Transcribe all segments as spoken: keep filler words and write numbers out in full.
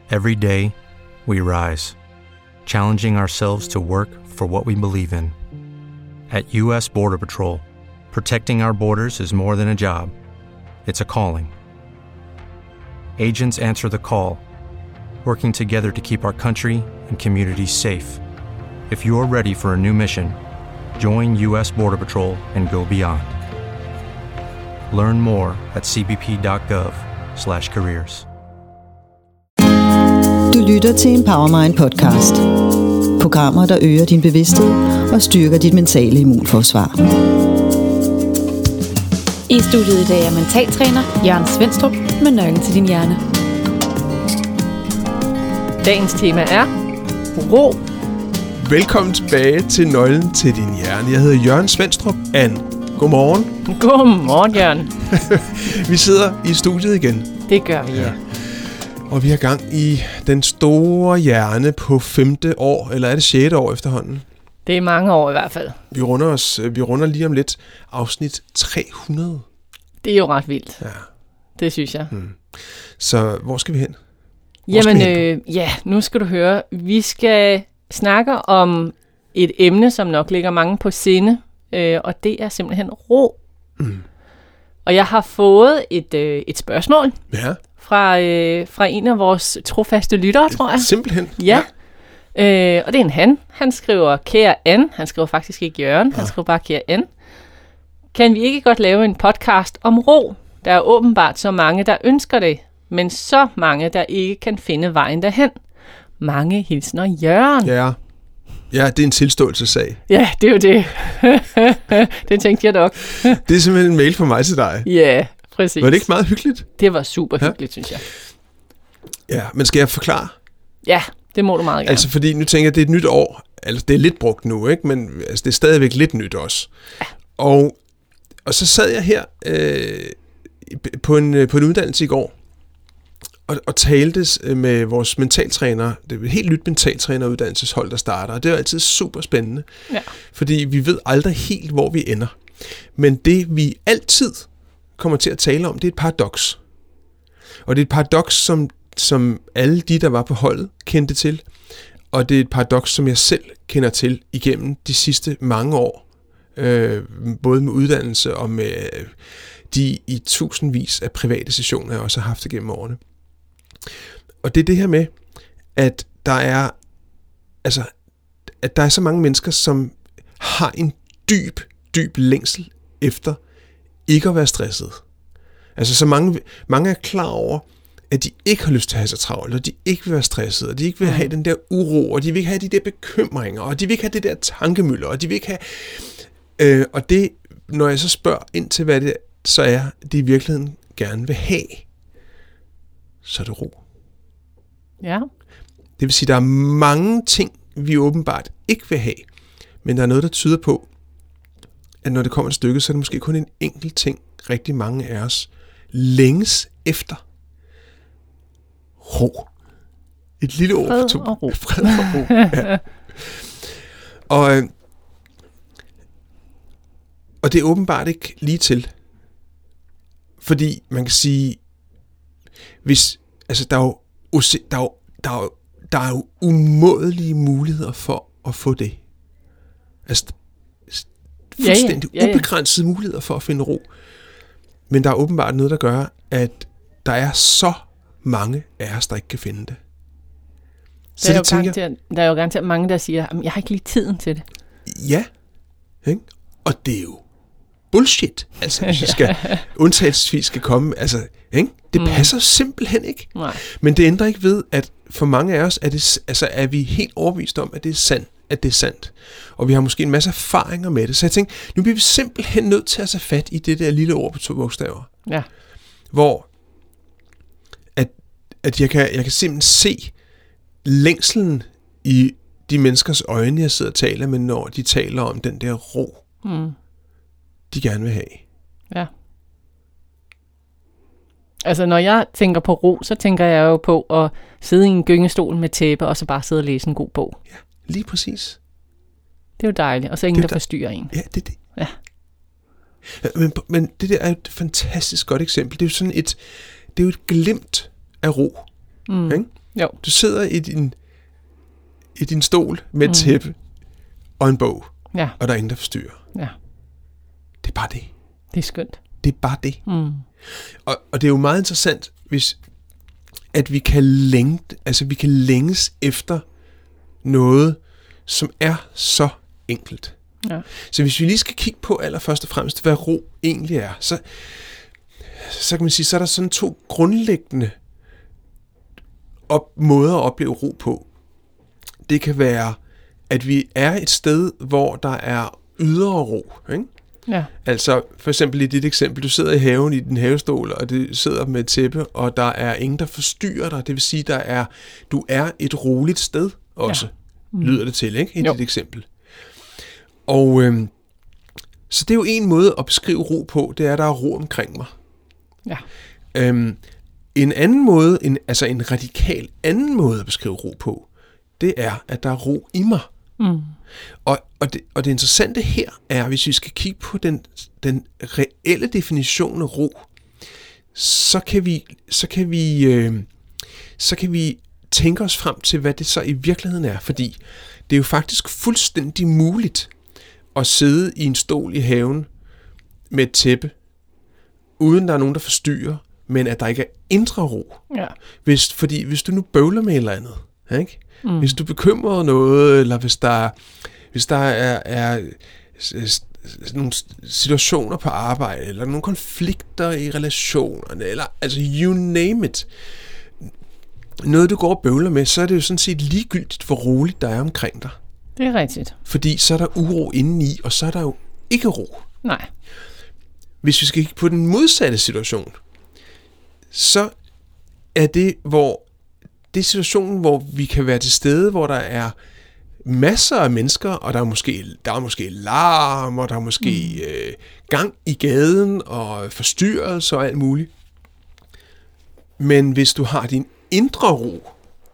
Every day, we rise, challenging ourselves to work for what we believe in. At U S Border Patrol, protecting our borders is more than a job. It's a calling. Agents answer the call, working together to keep our country and communities safe. If you're ready for a new mission, join U S Border Patrol and go beyond. Learn more at c b p dot gov slash careers. Du lytter til Empowermind podcast. Programmer, der øger din bevidsthed og styrker dit mentale immunforsvar. I studiet i dag er mentaltræner Jørgen Svendstrup med nøglen til din hjerne. Dagens tema er ro. Velkommen tilbage til Nøglen til din hjerne. Jeg hedder Jørgen Svendstrup. Ann, godmorgen. Godmorgen, Jørgen. Vi sidder i studiet igen. Det gør vi, ja. ja. Og vi har gang i den store hjerne på femte år, eller er det sjette år efterhånden? Det er mange år i hvert fald. Vi runder, os, vi runder lige om lidt afsnit tre hundrede. Det er jo ret vildt. Ja. Det synes jeg. Hmm. Så hvor skal vi hen? Hvor Jamen, vi hen øh, ja, nu skal du høre. Vi skal snakke om et emne, som nok ligger mange på sinde, øh, og det er simpelthen ro. Mm. Og jeg har fået et, øh, et spørgsmål. Ja. Fra, øh, fra en af vores trofaste lyttere, tror jeg. Simpelthen? Ja. ja. Øh, og det er en han. Han skriver, kære Ann. Han skriver faktisk ikke Jørgen. Ja. Han skriver bare, kære Ann. Kan vi ikke godt lave en podcast om ro? Der er åbenbart så mange, der ønsker det, men så mange, der ikke kan finde vejen derhen. Mange hilsner Jørgen. Ja. Ja, det er en tilståelsessag. Ja, det er jo det. Det tænkte jeg nok. Det er simpelthen en mail fra mig til dig. Ja, præcis. Var det ikke meget hyggeligt? Det var super hyggeligt, ja. Synes jeg. Ja, men skal jeg forklare? Ja, det må du meget gerne. Altså, fordi nu tænker jeg, at det er et nyt år. Altså, det er lidt brugt nu, ikke? Men altså, det er stadigvæk lidt nyt også. Ja. Og, og så sad jeg her øh, på, en, på en uddannelse i går, og, og talte med vores mentaltræner. Det er et helt nyt mentaltræneruddannelseshold, der starter, og det er jo altid super spændende. Ja. Fordi vi ved aldrig helt, hvor vi ender. Men det, vi altid kommer til at tale om, det er et paradoks. Og det er et paradoks, som, som alle de, der var på holdet, kendte til. Og det er et paradoks, som jeg selv kender til igennem de sidste mange år. Øh, både med uddannelse og med de i tusindvis af private sessioner, jeg også har haft igennem årene. Og det er det her med, at der er, altså, at der er så mange mennesker, som har en dyb, dyb længsel efter ikke at være stresset. Altså så mange, mange er klar over, at de ikke har lyst til at have sig travlt, og de ikke vil være stresset, og de ikke vil have den der uro, og de vil ikke have de der bekymringer, og de vil ikke have det der tankemøller, og de vil ikke have... Øh, og det, når jeg så spørger ind til, hvad det så er, de i virkeligheden gerne vil have, så er det ro. Ja. Det vil sige, at der er mange ting, vi åbenbart ikke vil have, men der er noget, der tyder på, at når det kommer til stykket, så er det måske kun en enkelt ting, rigtig mange af os længes efter. Ro. Et lille ord for to. Fred og ro. Fred og ro. Ja. Og, og det er åbenbart ikke lige til. Fordi man kan sige, hvis, altså der er jo, der er jo, der er jo, der er jo umådelige muligheder for at få det. Altså fuldstændig ja, ja. Ja, ja. ubegrænsede muligheder for at finde ro. Men der er åbenbart noget, der gør, at der er så mange af os, der ikke kan finde det. Så der, er det tænker, garanteret, der er jo garanteret mange, der siger, at jeg har ikke lige tiden til det. Ja, ikke? Og det er jo bullshit. Altså, hvis jeg skal undtagelsesvis skal komme, altså, ikke? Det mm. passer simpelthen ikke. Nej. Men det ændrer ikke ved, at for mange af os er, det, altså, er vi helt overbevist om, at det er sandt. at det er sandt. Og vi har måske en masse erfaringer med det. Så jeg tænkte, nu bliver vi simpelthen nødt til at tage fat i det der lille ord på to bogstaver. Ja. Hvor at, at jeg, kan, jeg kan simpelthen se længslen i de menneskers øjne, jeg sidder og taler med, når de taler om den der ro, mm. de gerne vil have. Ja. Altså, når jeg tænker på ro, så tænker jeg jo på at sidde i en gyngestol med tæppe, og så bare sidde og læse en god bog. Ja, lige præcis. Det er jo dejligt, og så ingen, der forstyrrer en. Ja, det er det. Ja. Men, men det der er et fantastisk godt eksempel. Det er jo sådan et, det er jo et glimt af ro. Mm. Ikke? Jo. Du sidder i din, i din stol med et mm. tæppe og en bog, ja. og der er ingen, der forstyrrer. Ja. Det er bare det. Det er skønt. Det er bare det. Mm. Og, og det er jo meget interessant, hvis at vi kan længe, altså vi kan længes efter noget, som er så enkelt. Ja. Så hvis vi lige skal kigge på allerførst og fremmest, hvad ro egentlig er, så, så kan man sige, så er der sådan to grundlæggende op, måder at opleve ro på. Det kan være, at vi er et sted, hvor der er ydre ro, ikke? Ja. Altså for eksempel i dit eksempel, du sidder i haven i din havestol, og du sidder med et tæppe, og der er ingen, der forstyrrer dig. Det vil sige, der er, du er et roligt sted også, ja. mm. lyder det til, ikke? I jo. dit eksempel. Og øhm, så det er jo en måde at beskrive ro på, det er, at der er ro omkring mig. Ja. Øhm, en anden måde, en, altså en radikal anden måde at beskrive ro på, det er, at der er ro i mig. Mm. Og, og, det, og det interessante her er, hvis vi skal kigge på den, den reelle definition af ro, så kan vi, så kan vi, øh, så kan vi tænke os frem til, hvad det så i virkeligheden er. Fordi det er jo faktisk fuldstændig muligt at sidde i en stol i haven med et tæppe, uden der er nogen, der forstyrrer, men at der ikke er indre ro. Ja. Hvis, fordi hvis du nu bøvler med et eller andet, ikke? Mm. Hvis du bekymrer noget, eller hvis der, hvis der er, er nogle situationer på arbejde, eller nogle konflikter i relationerne, eller altså you name it, noget du går og bøvler med, så er det jo sådan set ligegyldigt, hvor roligt der er omkring dig. Det er rigtigt. Fordi så er der uro indeni, og så er der jo ikke ro. Nej. Hvis vi skal kigge på den modsatte situation, så er det, hvor det er situationen, hvor vi kan være til stede, hvor der er masser af mennesker, og der er måske, der er måske larm, og der er måske mm. øh, gang i gaden, og forstyrrelse og alt muligt. Men hvis du har din indre ro,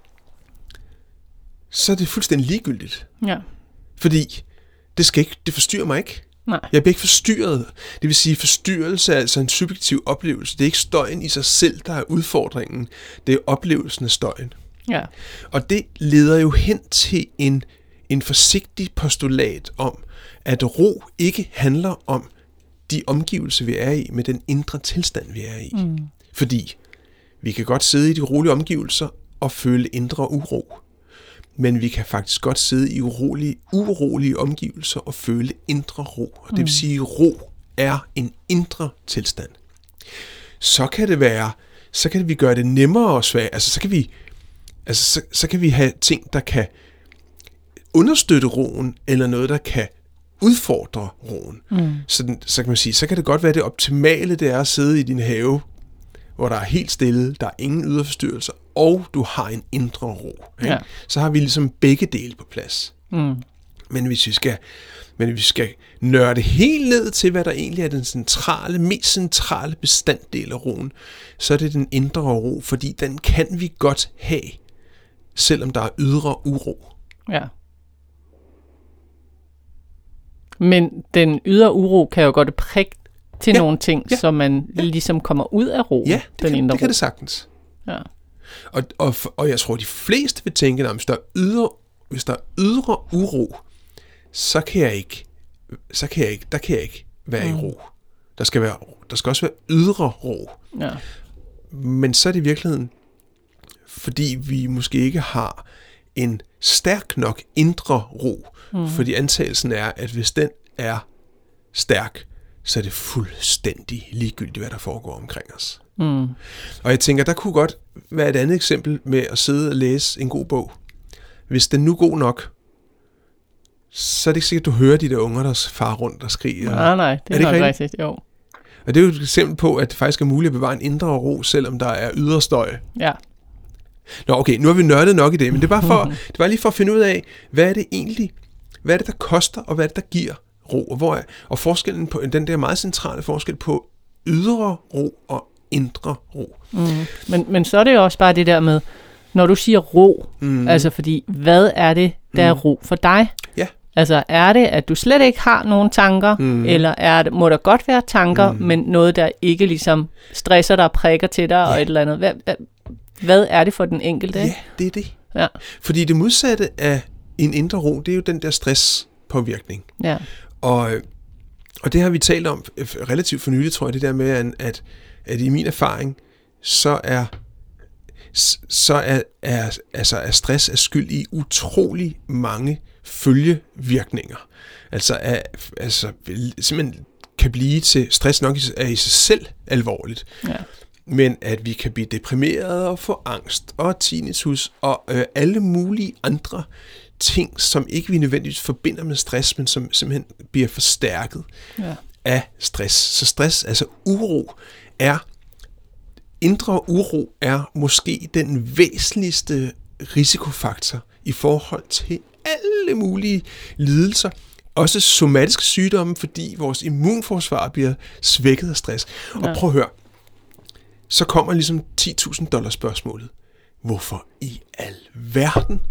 så er det fuldstændig ligegyldigt. Ja. Fordi det skal ikke, det forstyrrer mig ikke. Nej. Jeg bliver ikke forstyrret. Det vil sige, forstyrrelse er altså en subjektiv oplevelse. Det er ikke støjen i sig selv, der er udfordringen. Det er oplevelsen af støjen. Ja. Og det leder jo hen til en, en forsigtig postulat om, at ro ikke handler om de omgivelser, vi er i, med den indre tilstand, vi er i. Mm. Fordi vi kan godt sidde i de rolige omgivelser og føle indre uro. Men vi kan faktisk godt sidde i urolige, urolige omgivelser og føle indre ro. Og det vil sige, at ro er en indre tilstand. Så kan det være, så kan vi gøre det nemmere og svært. Altså, så kan vi, altså, så, så kan vi have ting, der kan understøtte roen, eller noget, der kan udfordre roen. Mm. Så, så kan man sige, så kan det godt være, det optimale, det er at sidde i din have, hvor der er helt stille, der er ingen ydre forstyrrelser, og du har en indre ro. Ja. Så har vi ligesom begge dele på plads. Mm. Men hvis vi skal, men hvis vi skal nørde helt ned til, hvad der egentlig er den centrale, mest centrale bestanddel af roen, så er det den indre ro, fordi den kan vi godt have, selvom der er ydre uro. Ja. Men den ydre uro kan jo godt prikke til ja. nogle ting, ja. så man ja. ligesom kommer ud af ro. Ja, det, den kan, indre det kan ro. det sagtens. Ja. Og, og, og jeg tror, de fleste vil tænke, at hvis der er ydre, hvis der er ydre uro, så kan jeg ikke, så kan jeg ikke, der kan jeg ikke være mm. i ro. Der skal være, der skal også være ydre ro. Ja. Men så er det i virkeligheden, fordi vi måske ikke har en stærk nok indre ro. Mm. Fordi antagelsen er, at hvis den er stærk, så er det fuldstændig ligegyldigt, hvad der foregår omkring os. Mm. Og jeg tænker, der kunne godt være et andet eksempel med at sidde og læse en god bog. Hvis den nu er god nok, så er det ikke sikkert, at du hører de der unger, der farer rundt og skriger. Nej, nej, det er, er det nok rigtigt, jo. Og det er jo et eksempel på, at det faktisk er muligt at bevare en indre ro, selvom der er ydre støj. Ja. Nå, okay, nu har vi nørdet nok i det, men det er bare, for, det var lige for at finde ud af, hvad er det egentlig, hvad er det, der koster, og hvad er det, der giver ro, og hvor er, og forskellen på, den der meget centrale forskel på ydre ro og indre ro. Mm. Men, men så er det jo også bare det der med, når du siger ro, mm. altså fordi, hvad er det, der mm. er ro for dig? Ja. Altså er det, at du slet ikke har nogen tanker, mm. eller er det, må der godt være tanker, mm. men noget, der ikke ligesom stresser dig og prikker til dig, ja. og et eller andet? Hvad, hvad, Hvad er det for den enkelte? Ja, det er det. Ja. Fordi det modsatte af en indre ro, det er jo den der stresspåvirkning. Ja. Og, og det har vi talt om relativt for nylig, tror jeg, det der med, at, at i min erfaring, så er, så er, er, altså er stress er skyld i utrolig mange følgevirkninger. Altså, er, altså simpelthen kan blive til, stress nok er i sig selv alvorligt, ja. Men at vi kan blive deprimeret og få angst og tinnitus og øh, alle mulige andre ting, som ikke vi nødvendigvis forbinder med stress, men som simpelthen bliver forstærket ja. af stress. Så stress, altså uro, er indre uro er måske den væsentligste risikofaktor i forhold til alle mulige lidelser, også somatiske sygdomme, fordi vores immunforsvar bliver svækket af stress. Ja. Og prøv at høre, så kommer ligesom ti tusind dollars spørgsmålet. Hvorfor i al verden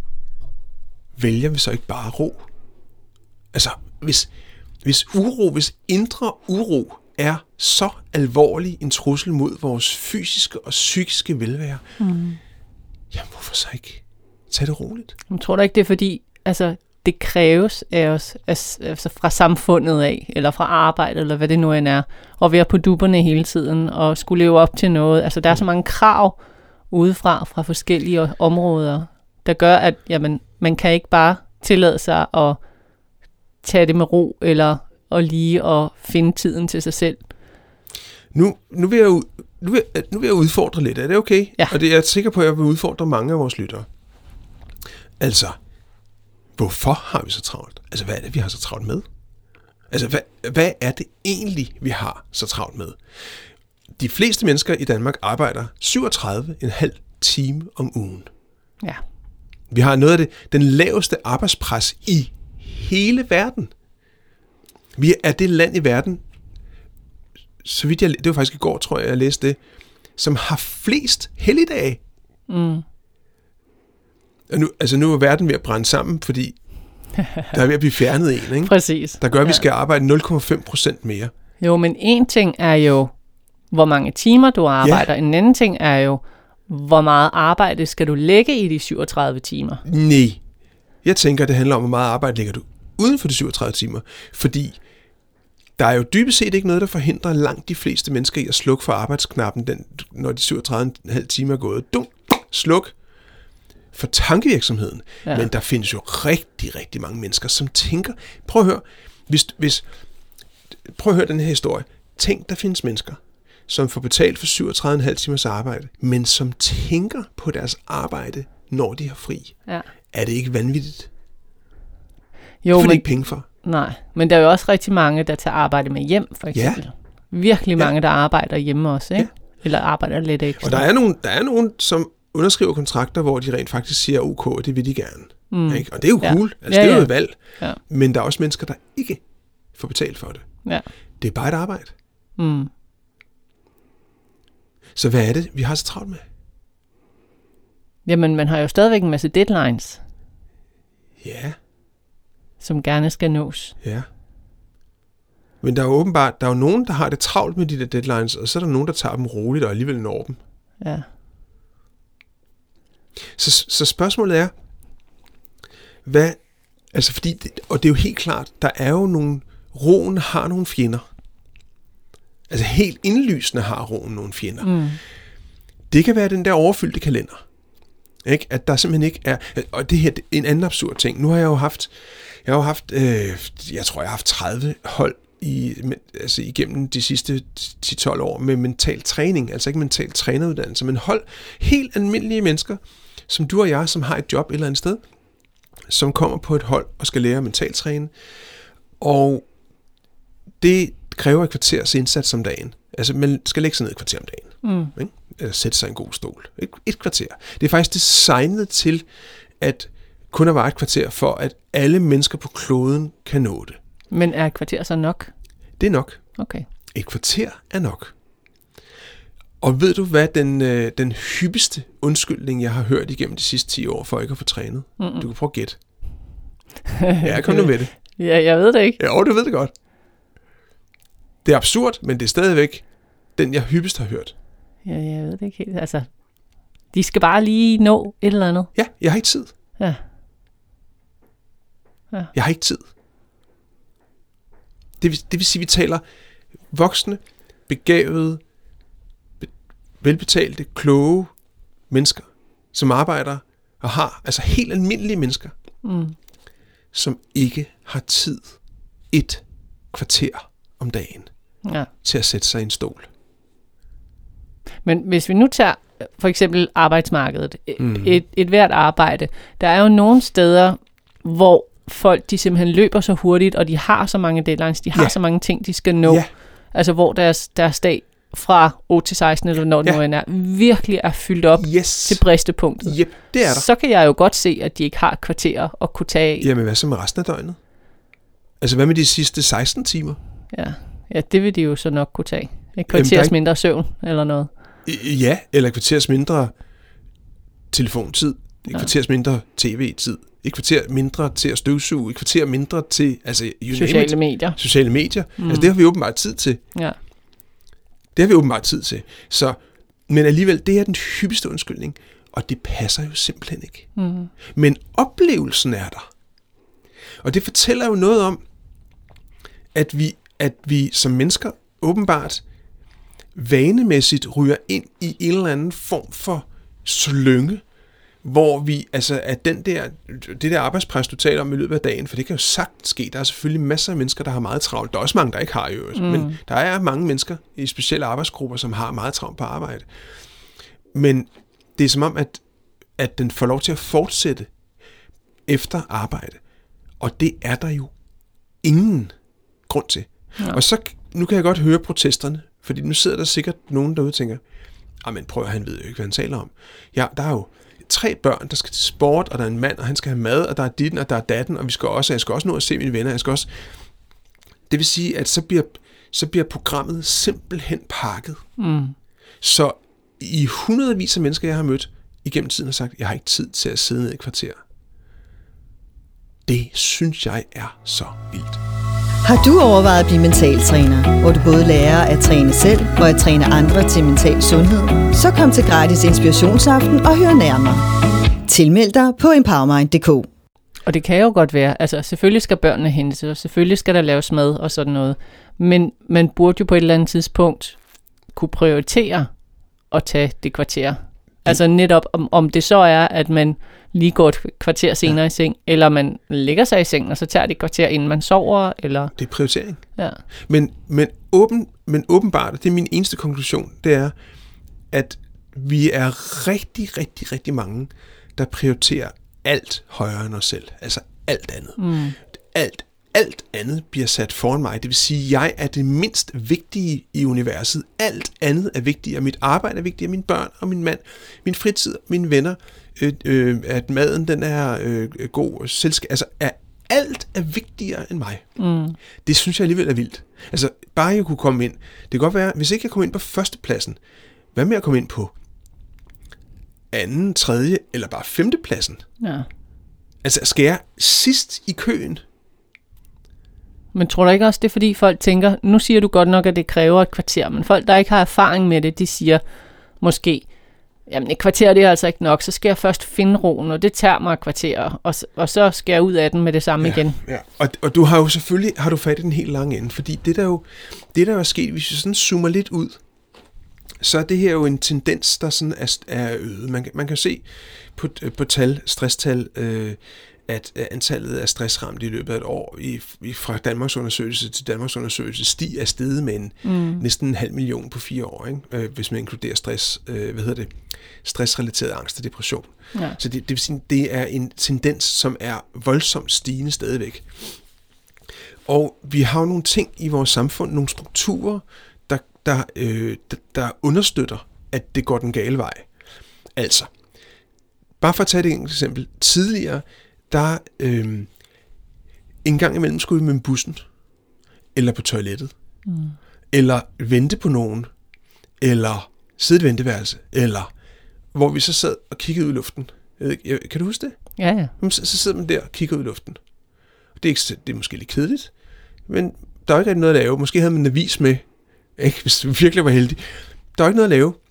vælger vi så ikke bare ro? Altså, hvis, hvis uro, hvis indre uro er så alvorlig en trussel mod vores fysiske og psykiske velvære, mm. jamen hvorfor så ikke tage det roligt? Jeg tror da ikke, det er fordi, altså, det kræves af os, altså fra samfundet af, eller fra arbejde, eller hvad det nu end er, og være på dupperne hele tiden, og skulle leve op til noget. Altså, der er så mange krav udefra, fra forskellige områder, der gør, at jamen, man kan ikke bare tillade sig at tage det med ro, eller og lige at finde tiden til sig selv. Nu, nu, vil, jeg, nu, vil, nu vil jeg udfordre lidt. Er det okay? Ja. Og det er jeg sikker på, at jeg vil udfordre mange af vores lyttere. Altså, hvorfor har vi så travlt? Altså, hvad er det, vi har så travlt med? Altså, hvad, hvad er det egentlig, vi har så travlt med? De fleste mennesker i Danmark arbejder syvogtredive komma fem time om ugen. Ja. Vi har noget af det, den laveste arbejdspres i hele verden. Vi er det land i verden, så vidt jeg, det var faktisk i går, tror jeg, jeg læste det, som har flest helligdage. Mm. Og nu, altså nu er verden ved at brænde sammen, fordi der er ved at blive fjernet en, ikke? Præcis. Der gør, at vi ja. skal arbejde nul komma fem procent mere. Jo, men en ting er jo, hvor mange timer du arbejder. Ja. En anden ting er jo, hvor meget arbejde skal du lægge i de syvogtredive timer? Nej. Jeg tænker, det handler om, hvor meget arbejde lægger du uden for de syvogtredive timer. Fordi der er jo dybest set ikke noget, der forhindrer langt de fleste mennesker i at slukke for arbejdsknappen, den, når de syvogtredive komma fem timer er gået. Dum, sluk for tankevirksomheden. Ja. Men der findes jo rigtig, rigtig mange mennesker, som tænker... Prøv at høre, hvis, hvis, prøv at høre den her historie. Tænk, der findes mennesker, som får betalt for syvogtredive komma fem timers arbejde, men som tænker på deres arbejde, når de har fri. Ja. Er det ikke vanvittigt? Jo, det får men, de ikke penge for. Nej, men der er jo også rigtig mange, der tager arbejde med hjem, for eksempel. Ja. Virkelig mange, ja. der arbejder hjemme også, ikke? Ja. Eller arbejder lidt ekstra. Og der er nogen, der er nogen, som underskriver kontrakter, hvor de rent faktisk siger, ok, det vil de gerne. Mm. Ikke? Og det er jo ja. cool. Altså, ja, det er jo ja. et valg. Ja. Men der er også mennesker, der ikke får betalt for det. Ja. Det er bare et arbejde. Mm. Så hvad er det, vi har så travlt med? Jamen, man har jo stadigvæk en masse deadlines. Ja. Som gerne skal nås. Ja. Men der er jo åbenbart, der er jo nogen, der har det travlt med de der deadlines, og så er der nogen, der tager dem roligt og alligevel når dem. Ja. Så, så spørgsmålet er, hvad, altså fordi, det, og det er jo helt klart, der er jo nogle, roen har nogle fjender. Altså helt indlysende har roen nogle fjender. Mm. Det kan være den der overfyldte kalender. Ikke? At der simpelthen ikke er, og det her det er en anden absurd ting. Nu har jeg jo haft, jeg har jo haft, øh, jeg tror jeg har haft tredive hold i, altså igennem de sidste ti til tolv år med mental træning, altså ikke mental træneruddannelse, men hold helt almindelige mennesker, som du og jeg, som har et job et eller andet sted, som kommer på et hold og skal lære mental træne, og det kræver et kvarters indsats om dagen. Altså man skal lægge sig ned et kvarter om dagen, mm. ikke? Eller sætte sig i en god stol. Et, et kvarter. Det er faktisk designet til, at kun at vare et kvarter, for at alle mennesker på kloden kan nå det. Men er et kvarter så nok? Det er nok. Okay. Et kvarter er nok. Og ved du, hvad den, øh, den hyppigste undskyldning, jeg har hørt igennem de sidste ti år, for ikke at få trænet? Mm-mm. Du kan prøve at gætte. Ja, kom nu med det. Ja, jeg ved det ikke. Ja, du ved det godt. Det er absurd, men det er stadigvæk den, jeg hyppigst har hørt. Ja, jeg ved det ikke helt. Altså, De skal bare lige nå et eller andet. Ja, jeg har ikke tid. Ja. ja. Jeg har ikke tid. Det vil, det vil sige, at vi taler voksne, begavede, be, velbetalte, kloge mennesker, som arbejder og har, altså helt almindelige mennesker, mm. som ikke har tid et kvarter om dagen ja. til at sætte sig i en stol. Men hvis vi nu tager for eksempel arbejdsmarkedet, Mm. et, et hvert arbejde, der er jo nogle steder, hvor folk de simpelthen løber så hurtigt, og de har så mange deadlines, de har Ja. så mange ting, de skal nå. Ja. Altså hvor deres, deres dag fra otte til seksten, eller når det Ja. nu end er, virkelig er fyldt op Yes. til bristepunktet. Yep, det er der. Så kan jeg jo godt se, at de ikke har kvarterer at kunne tage af. Jamen, hvad så med resten af døgnet? Altså, hvad med de sidste seksten timer? Ja. ja, det vil de jo så nok kunne tage. Et der er kvarters ikke- mindre søvn, eller noget. I- Ja, eller et kvarters mindre telefontid, et Ja. kvarters mindre tv-tid, et kvarter mindre til at støvsuge, et kvarter mindre til, altså, you name Sociale it. medier. Sociale medier. Mm. Mm. Altså, det har vi åbenbart tid til. Ja. Det har vi åbenbart tid til. Så, men alligevel, det er den hyppigste undskyldning, og det passer jo simpelthen ikke. Mm. Men oplevelsen er der. Og det fortæller jo noget om, at vi, at vi som mennesker åbenbart vanemæssigt ryger ind i en eller anden form for slynge, hvor vi, altså at den der, det der arbejdspres, du taler om i løbet af dagen, for det kan jo sagtens ske. Der er selvfølgelig masser af mennesker, der har meget travlt. Der er også mange, der ikke har jo. Mm. Men der er mange mennesker i specielle arbejdsgrupper, som har meget travlt på arbejde. Men det er som om, at, at den får lov til at fortsætte efter arbejde. Og det er der jo ingen grund til. Ja. Og så, nu kan jeg godt høre protesterne, fordi nu sidder der sikkert nogen derude og tænker, men prøv at han ved jo ikke, hvad han taler om. Ja, der er jo tre børn, der skal til sport, og der er en mand, og han skal have mad, og der er ditten, og der er datten, og vi skal også, jeg skal også nå at se mine venner, jeg skal også... Det vil sige, at så bliver, så bliver programmet simpelthen pakket. Mm. Så i hundredvis af mennesker, jeg har mødt igennem tiden, har sagt, jeg har ikke tid til at sidde ned i et kvarter. Det synes jeg er så vildt. Har du overvejet at blive mentaltræner, hvor du både lærer at træne selv og at træne andre til mental sundhed? Så kom til gratis inspirationsaften og hør nærmere. Tilmeld dig på empowermind punktum d k. Og det kan jo godt være, altså selvfølgelig skal børnene hentes, og selvfølgelig skal der laves mad og sådan noget. Men man burde jo på et eller andet tidspunkt kunne prioritere at tage det kvarter. Altså netop om, om det så er, at man lige går et kvarter senere ja. i seng, eller man lægger sig i sengen, og så tager det et kvarter, inden man sover, eller... Det er prioritering. Ja. Men, men, åben, men åbenbart, det er min eneste konklusion, det er, at vi er rigtig, rigtig, rigtig mange, der prioriterer alt højere end os selv. Altså alt andet. Mm. Alt, alt andet bliver sat foran mig. Det vil sige, at jeg er det mindst vigtige i universet. Alt andet er vigtigere. Mit arbejde er vigtigere. Mine børn og min mand. Min fritid, mine venner. Øh, øh, at maden den er øh, god. Selskab. Altså er, alt er vigtigere end mig. Mm. Det synes jeg alligevel er vildt. Altså bare jeg kunne komme ind. Det kan godt være, hvis ikke jeg kommer ind på førstepladsen, hvad med at komme ind på anden, tredje eller bare femtepladsen? Ja. Altså skal jeg sidst i køen? Men tror du ikke også, det er fordi folk tænker, nu siger du godt nok, at det kræver et kvarter, men folk, der ikke har erfaring med det, de siger måske, jamen et kvarter det er altså ikke nok, så skal jeg først finde roen, og det tager mig et kvarter, og, og så skal jeg ud af den med det samme Ja, igen. ja. Og, og du har jo selvfølgelig har du fat i den helt lange ende, fordi det der jo det der jo er sket, hvis vi sådan zoomer lidt ud, så er det her jo en tendens, der sådan er, er øget. Man, man kan se på, på tal, stresstal, øh, at antallet af stressramte i løbet af et år i, i, fra Danmarks undersøgelse til Danmarks undersøgelse stiger afsted med en, mm. næsten en halv million på fire år, ikke? Øh, hvis man inkluderer stress, øh, hvad hedder det, stressrelateret angst og depression. Ja. Så det, det vil sige, det er en tendens, som er voldsomt stigende stadigvæk. Og vi har jo nogle ting i vores samfund, nogle strukturer, der, der, øh, der, der understøtter, at det går den gale vej. Altså, bare for at tage et enkelt eksempel. Tidligere, der øh, en gang imellem skulle vi med bussen, eller på toilettet, mm. eller vente på nogen, eller sidde i et venteværelse, eller hvor vi så sad og kiggede ud i luften. Jeg ved ikke, kan du huske det? Ja, ja. Så, så sidder man der og kigger ud i luften. Det er, ikke, det er måske lidt kedeligt, men der er ikke rigtig noget at lave. Måske havde man en avis med, ikke, hvis du virkelig var heldig. Der er ikke noget at lave.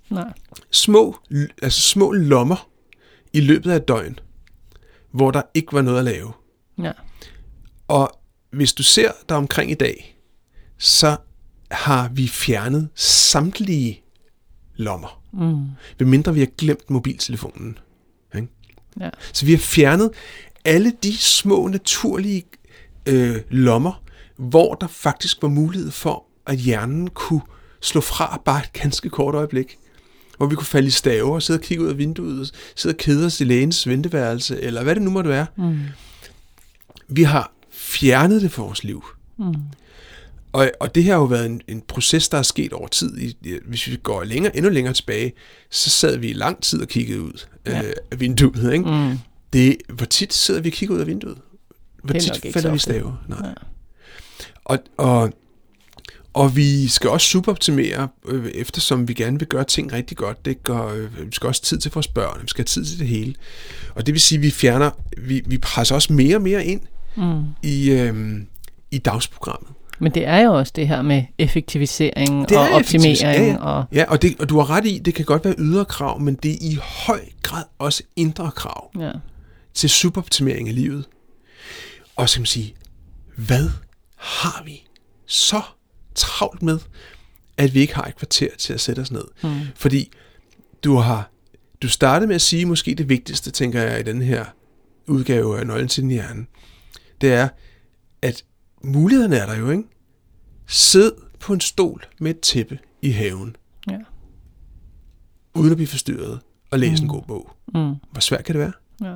Nej. Små, altså små lommer i løbet af et døgn, hvor der ikke var noget at lave. Ja. Og hvis du ser dig omkring i dag, så har vi fjernet samtlige lommer. Mm. Ved mindre vi har glemt mobiltelefonen. Ikke? Ja. Så vi har fjernet alle de små naturlige øh, lommer, hvor der faktisk var mulighed for, at hjernen kunne slå fra bare et ganske kort øjeblik. Hvor vi kunne falde i stave og sidde og kigge ud af vinduet, sidde og kede os i lægens venteværelse, eller hvad det nu måtte være. Mm. Vi har fjernet det for vores liv. Mm. Og, og det her har jo været en, en proces, der er sket over tid. I, i, hvis vi går længere, endnu længere tilbage, så sad vi i lang tid og kiggede ud ja. øh, af vinduet. Ikke? Mm. Det, hvor tit sidder vi og kigger ud af vinduet? Hvor tit falder vi i stave? Nej. Ja. Og, og, og vi skal også suboptimere, øh, eftersom vi gerne vil gøre ting rigtig godt. Det går, øh, vi skal også tid til vores børn, vi skal have tid til det hele. Og det vil sige, at vi fjerner, vi, vi presser også mere og mere ind mm. i, øh, i dagsprogrammet. Men det er jo også det her med effektivisering og optimering. Ja, ja. Og, ja og, det, og du har ret i, det kan godt være ydre krav, men det er i høj grad også indre krav ja. til suboptimering af livet. Og så kan man sige, hvad har vi så travlt med, at vi ikke har et kvarter til at sætte os ned? Mm. Fordi du har du startede med at sige, måske det vigtigste, tænker jeg, i den her udgave af Nøglen til din hjerne, det er, at mulighederne er der jo, ikke? Sid på en stol med et tæppe i haven. Ja. Uden at blive forstyrret og læse mm. en god bog. Mm. Hvor svært kan det være? Ja.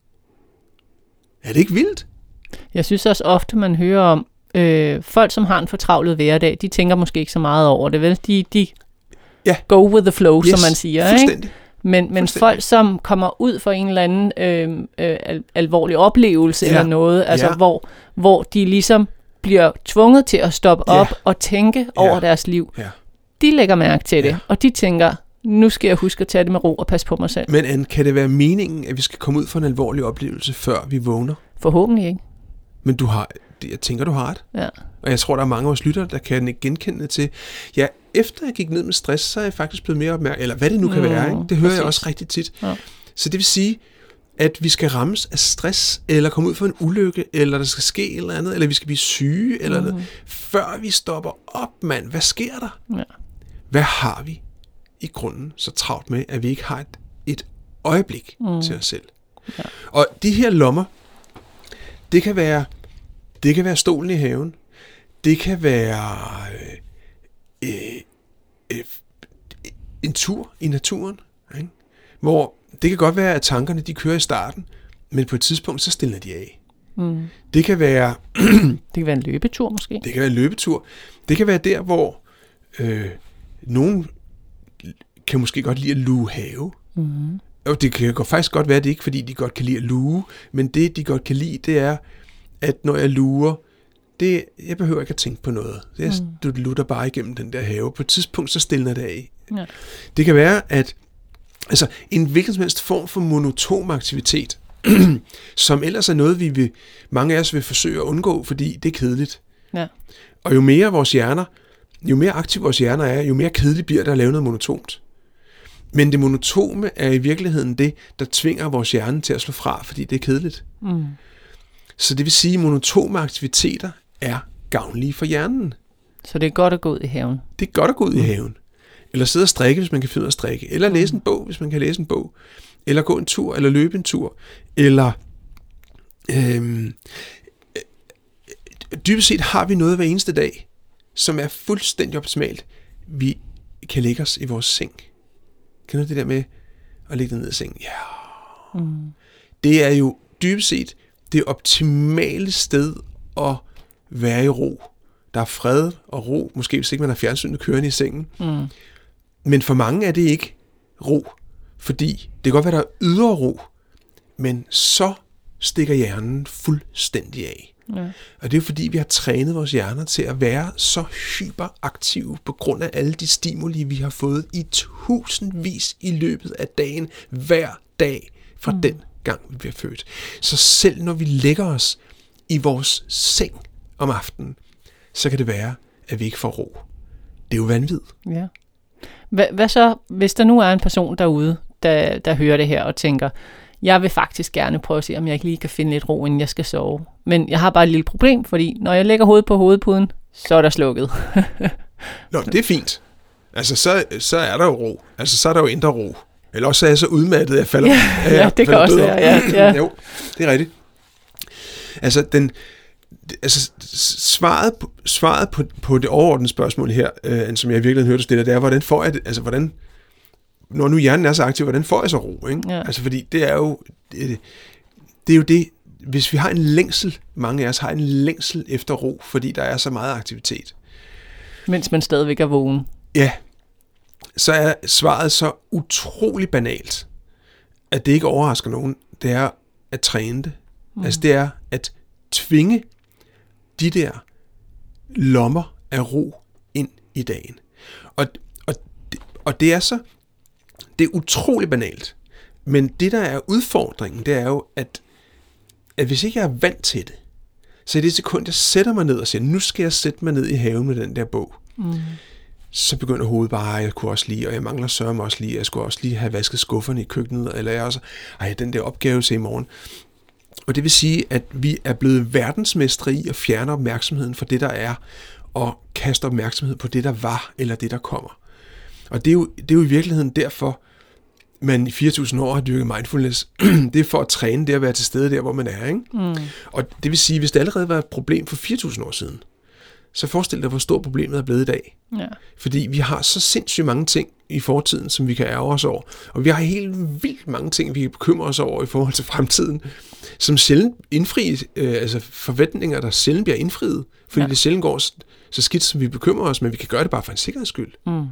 Er det ikke vildt? Jeg synes også ofte, man hører om øh, folk, som har en fortravlet hverdag, de tænker måske ikke så meget over det, vel? De, de ja. go with the flow, yes, som man siger. Fuldstændig. Ikke? Men, men folk, som kommer ud for en eller anden øh, øh, al- alvorlig oplevelse ja. eller noget, altså ja. hvor, hvor de ligesom bliver tvunget til at stoppe ja. op og tænke ja. over deres liv. Ja. De lægger mærke til det, ja. og de tænker, nu skal jeg huske at tage det med ro og passe på mig selv. Men Anne, kan det være meningen, at vi skal komme ud for en alvorlig oplevelse, før vi vågner? Forhåbentlig ikke. Men du har, jeg tænker, du har det. Ja. Og jeg tror, der er mange af vores lyttere, der kan genkende til, ja, efter jeg gik ned med stress, så er jeg faktisk blevet mere opmærksom, eller hvad det nu kan mm, være, ikke? Det hører præcis. Jeg også rigtig tit. Ja. Så det vil sige, at vi skal rammes af stress, eller komme ud for en ulykke, eller der skal ske et eller andet, eller vi skal blive syge, eller mm. noget, før vi stopper op, mand. Hvad sker der? Ja. Hvad har vi i grunden så travlt med, at vi ikke har et, et øjeblik mm. til os selv? Ja. Og de her lommer, det kan være, det kan være stolen i haven, det kan være øh, øh, øh, en tur i naturen, ikke? Hvor det kan godt være, at tankerne de kører i starten, men på et tidspunkt så stiller de af. Mm. Det kan være det kan være en løbetur måske. Det kan være en løbetur. Det kan være der, hvor øh, nogen kan måske godt lide at luge have. Mm. Og det kan faktisk godt være, det ikke fordi de godt kan lide at luge, men det de godt kan lide, det er, at når jeg luger, det, jeg behøver ikke at tænke på noget. Jeg, mm. Du lutter bare igennem den der have. På et tidspunkt, så stiller det af. Ja. Det kan være, at altså, en hvilken som helst form for monotom aktivitet, som ellers er noget, vi vil, mange af os vil forsøge at undgå, fordi det er kedeligt. Ja. Og jo mere vores hjerner, jo mere aktiv vores hjerner er, jo mere kedeligt bliver der at lave noget monotomt. Men det monotome er i virkeligheden det, der tvinger vores hjerne til at slå fra, fordi det er kedeligt. Mm. Så det vil sige, at monotome aktiviteter er gavnlige for hjernen. Så det er godt at gå ud i haven? Det er godt at gå ud mm. i haven. Eller sidde og strikke, hvis man kan finde ud af at strikke. Eller læse en bog, hvis man kan læse en bog. Eller gå en tur, eller løbe en tur. Eller øhm, dybest set har vi noget hver eneste dag, som er fuldstændig optimalt. Vi kan lægge os i vores seng. Kender du det der med at lægge dig ned i sengen? Ja. Mm. Det er jo dybest set det optimale sted at være i ro. Der er fred og ro, måske hvis ikke man har fjernsynet kørende i sengen. Mm. Men for mange er det ikke ro, fordi det kan godt være, der er ydre ro, men så stikker hjernen fuldstændig af. Ja. Og det er fordi, vi har trænet vores hjerner til at være så hyperaktive på grund af alle de stimuli, vi har fået i tusindvis i løbet af dagen, hver dag fra mm. den gang, vi bliver født. Så selv når vi lægger os i vores seng om aftenen, så kan det være, at vi ikke får ro. Det er jo vanvid. Ja. Hvad, hvad så, hvis der nu er en person derude, der, der hører det her og tænker, jeg vil faktisk gerne prøve at se, om jeg ikke lige kan finde lidt ro, inden jeg skal sove. Men jeg har bare et lille problem, fordi når jeg lægger hovedet på hovedpuden, så er der slukket. Nå, det er fint. Altså, så, så er der jo ro. Altså, så er der jo indre ro. Eller også er jeg så udmattet, at jeg falder. Ja, ja, ja det kan også være, ja, ja. Jo, det er rigtigt. Altså, den, altså svaret, på, svaret på, på det overordnede spørgsmål her, øh, som jeg virkelig hørte stille, det er, hvordan får jeg det, altså, hvordan, når nu hjernen er så aktiv, hvordan får jeg så ro, ikke? Ja. Altså, fordi det er jo, det, det er jo det, hvis vi har en længsel, mange af os har en længsel efter ro, fordi der er så meget aktivitet. Mens man stadigvæk er vågen. Ja, så er svaret så utrolig banalt, at det ikke overrasker nogen. Det er at træne det. Mm. Altså det er at tvinge de der lommer af ro ind i dagen. Og, og, og det er så, det er utrolig banalt. Men det der er udfordringen, det er jo, at, at hvis ikke jeg er vant til det, så i det sekund, jeg sætter mig ned og siger, nu skal jeg sætte mig ned i haven med den der bog, mm. så begynder hovedet bare, jeg kunne også lige, og jeg mangler sørme også lige, jeg skulle også lige have vasket skufferne i køkkenet, eller jeg også, ej, den der opgave til i morgen. Og det vil sige, at vi er blevet verdensmestre i at fjerne opmærksomheden fra det, der er, og kaste opmærksomhed på det, der var, eller det, der kommer. Og det er jo, det er jo i virkeligheden derfor, man i fire tusind år har dyrket mindfulness. Det er for at træne det at være til stede der, hvor man er. Ikke? Mm. Og det vil sige, hvis det allerede var et problem for fire tusind år siden, så forestil dig, hvor stort problemet er blevet i dag. Ja. Fordi vi har så sindssygt mange ting i fortiden, som vi kan ærge os over. Og vi har helt vildt mange ting, vi kan bekymre os over i forhold til fremtiden, som sjældent indfries, øh, altså forventninger, der sjældent bliver indfriet, fordi ja. det sjældent går så skidt, som vi bekymrer os, men vi kan gøre det bare for en sikkerheds skyld. Mm.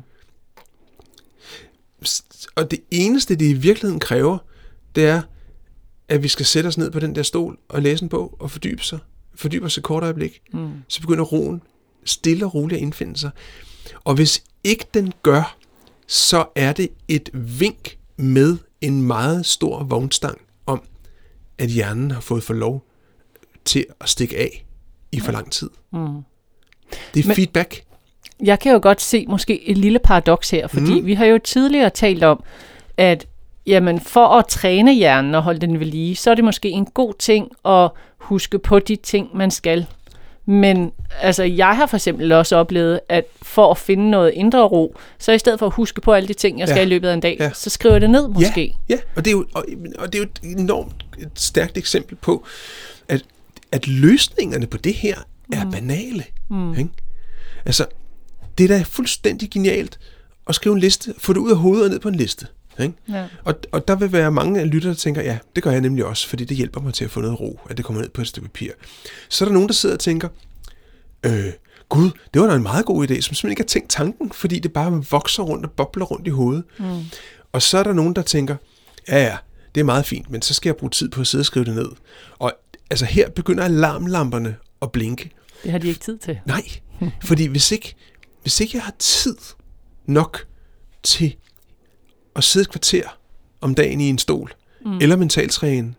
Og det eneste, det i virkeligheden kræver, det er, at vi skal sætte os ned på den der stol og læse en bog og fordybe sig. Fordybe os et kort øjeblik. Mm. Så begynder roen stille og roligt at indfinde sig. Og hvis ikke den gør, så er det et vink med en meget stor vognstang om, at hjernen har fået for lov til at stikke af i for lang tid. Mm. Det er Men feedback. Jeg kan jo godt se måske et lille paradoks her, fordi mm. vi har jo tidligere talt om, at jamen, for at træne hjernen og holde den ved lige, så er det måske en god ting at huske på de ting, man skal. Men altså, jeg har for eksempel også oplevet, at for at finde noget indre ro, så i stedet for at huske på alle de ting, jeg skal ja. i løbet af en dag, ja. så skriver jeg det ned måske. Ja, ja. Og, det er jo, og, og det er jo et enormt et stærkt eksempel på, at, at løsningerne på det her er mm. banale. Mm. Ikke? Altså, det er da fuldstændig genialt at skrive en liste, få det ud af hovedet og ned på en liste. Ikke? Ja. Og, og der vil være mange af lyttere, der tænker, ja, det gør jeg nemlig også, fordi det hjælper mig til at få noget ro, at det kommer ned på et stykke papir. Så er der nogen, der sidder og tænker, øh, gud, det var da en meget god idé, som simpelthen ikke har tænkt tanken, fordi det bare vokser rundt og bobler rundt i hovedet. Mm. Og så er der nogen, der tænker, ja ja, det er meget fint, men så skal jeg bruge tid på at sidde og skrive det ned. Og altså her begynder alarmlamperne at blinke. Det har de ikke tid til. Nej, fordi hvis ikke, hvis ikke jeg har tid nok til at sidde et kvarter om dagen i en stol, mm. eller mentaltræne,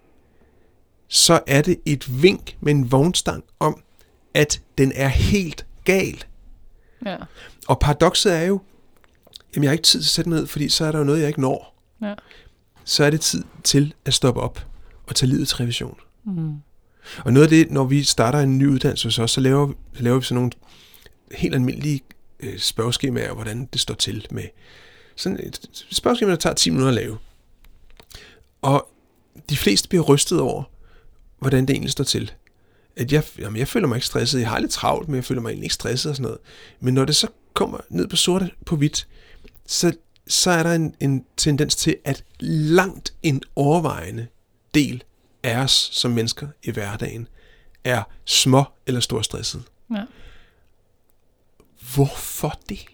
så er det et vink med en vognstang om, at den er helt gal. Ja. Og paradokset er jo, jamen jeg har ikke tid til at sætte ned, fordi så er der jo noget, jeg ikke når. Ja. Så er det tid til at stoppe op og tage livet til revision. Mm. Og noget af det, når vi starter en ny uddannelse hos os, så laver, så laver vi sådan nogle helt almindelige øh, spørgeskemaer, hvordan det står til med sådan et spørgeskema, der tager ti minutter at lave. Og de fleste bliver rystet over, hvordan det egentlig står til. At jeg, jamen jeg føler mig ikke stresset, jeg har lidt travlt, men jeg føler mig egentlig ikke stresset og sådan noget. Men når det så kommer ned på sort på hvidt, så, så er der en, en tendens til, at langt en overvejende del af os som mennesker i hverdagen er små eller storstresset. Ja. Hvorfor det?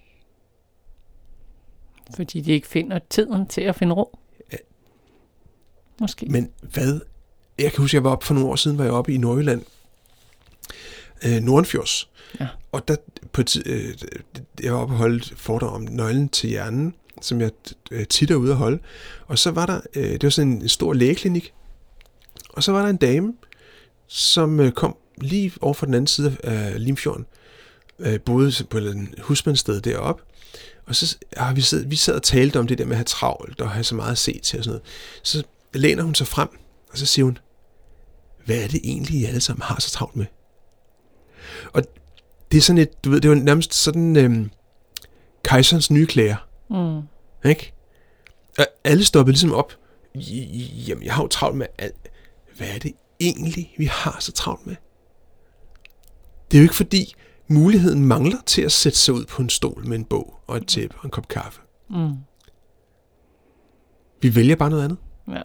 Fordi de ikke finder tiden til at finde ro. Ja. Måske. Men hvad? Jeg kan huske, jeg var oppe for nogle år siden, var jeg oppe i Nordjylland, øh, Nordenfjords. Ja. Og der, på t- øh, jeg var oppe og holdt foredrag om nøglen til hjernen, som jeg øh, tit er ude at holde. Og så var der, øh, det var sådan en stor lægeklinik, og så var der en dame, som øh, kom lige over for den anden side af Limfjorden, øh, boede på en husmandssted deroppe, og så har vi sad, vi sad og talte om det der med at have travlt og have så meget at se til og sådan noget. Så læner hun sig frem, og så siger hun, hvad er det egentlig, I alle sammen har så travlt med? Og det er sådan et, du ved, det var nærmest sådan øhm, kejserens nye klæder. Mm. Ikke? Og alle stoppede ligesom op. Jamen, jeg har jo travlt med alt. Hvad er det egentlig, vi har så travlt med? Det er jo ikke fordi, muligheden mangler til at sætte sig ud på en stol med en bog og et tæppe og en kop kaffe. Mm. Vi vælger bare noget andet. Ja.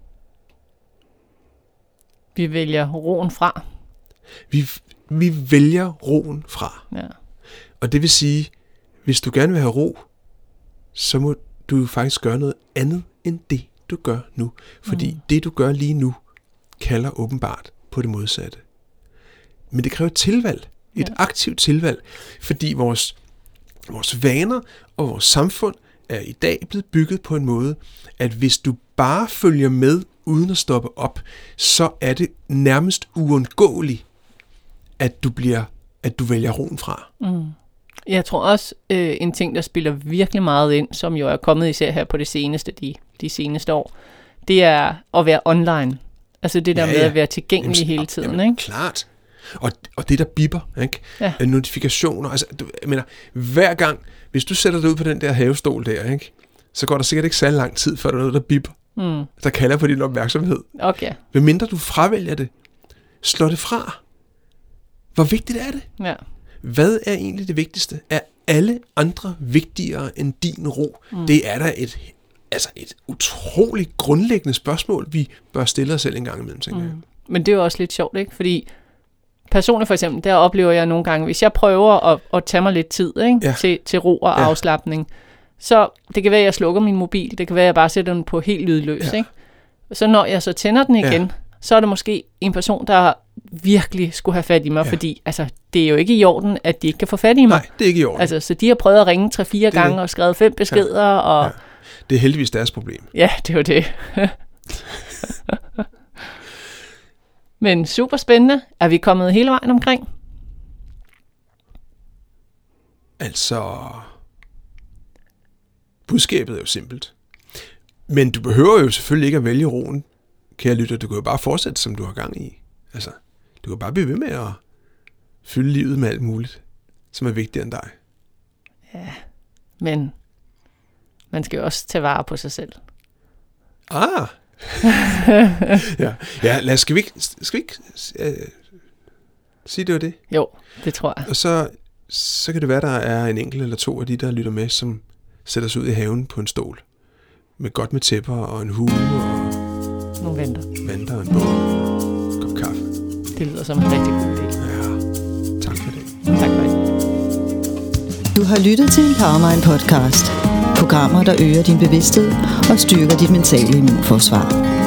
Vi vælger roen fra. Vi, vi vælger roen fra. Ja. Og det vil sige, hvis du gerne vil have ro, så må du jo faktisk gøre noget andet end det, du gør nu. Fordi mm. det, du gør lige nu, kalder åbenbart på det modsatte. Men det kræver et tilvalg. Et ja. aktivt tilvalg. Fordi vores, vores vaner og vores samfund er i dag blevet bygget på en måde, at hvis du bare følger med uden at stoppe op, så er det nærmest uundgåeligt, at du bliver, at du vælger roen fra. Mm. Jeg tror også, øh, en ting, der spiller virkelig meget ind, som jo er kommet især her på det seneste, de, de seneste år, det er at være online. Altså det der ja, ja. med at være tilgængelig jamen, hele tiden. Jamen, ikke? Klart. Og, og det der bipper, ikke? Ja. Notifikationer. Altså, du, jeg mener, hver gang, hvis du sætter dig ud på den der havestol der, ikke? Så går der sikkert ikke særlig lang tid, før der er noget, der bipper. Mm. Der kalder på din opmærksomhed. Okay. Hvem mindre du fravælger det, slå det fra. Hvor vigtigt er det? Ja. Hvad er egentlig det vigtigste? Er alle andre vigtigere end din ro? Mm. Det er da et, altså et utroligt grundlæggende spørgsmål, vi bør stille os selv en gang imellem, tænker mm. jeg. Men det er jo også lidt sjovt, ikke? Fordi personligt for eksempel, der oplever jeg nogle gange, hvis jeg prøver at, at tage mig lidt tid, ikke? Ja. Til, til ro og ja. afslapning, så det kan være, at jeg slukker min mobil, det kan være, at jeg bare sætter den på helt lydløs, ja. ikke? Så når jeg så tænder den igen, ja. så er det måske en person, der virkelig skulle have fat i mig, ja. fordi altså, det er jo ikke i orden, at de ikke kan få fat i mig. Nej, det er ikke i orden. Altså, så de har prøvet at ringe tre-fire gange og skrevet fem beskeder. Ja. Og... Ja. Det er heldigvis deres problem. Ja, det er jo det. Men super spændende. Er vi kommet hele vejen omkring? Altså, budskabet er jo simpelt. Men du behøver jo selvfølgelig ikke at vælge roen, kære lytter. Du kan jo bare fortsætte, som du har gang i. Altså, du kan bare blive ved med at fylde livet med alt muligt, som er vigtigere end dig. Ja, men man skal jo også tage vare på sig selv. Ah! ja, ja lad os, skal vi ikke, skal vi ikke uh, sige, det var det? Jo, det tror jeg. Og så, så kan det være, der er en enkelt eller to af de, der lytter med, som sætter sig ud i haven på en stol. Med godt med tæpper og en hue og nogle vanter. Vanter og en bog og en kop kaffe. Det lyder som en rigtig god idé. Ja, tak for det. Tak for det. Du har lyttet til en Powermind podcast. Programmer, der øger din bevidsthed og styrker dit mentale immunforsvar.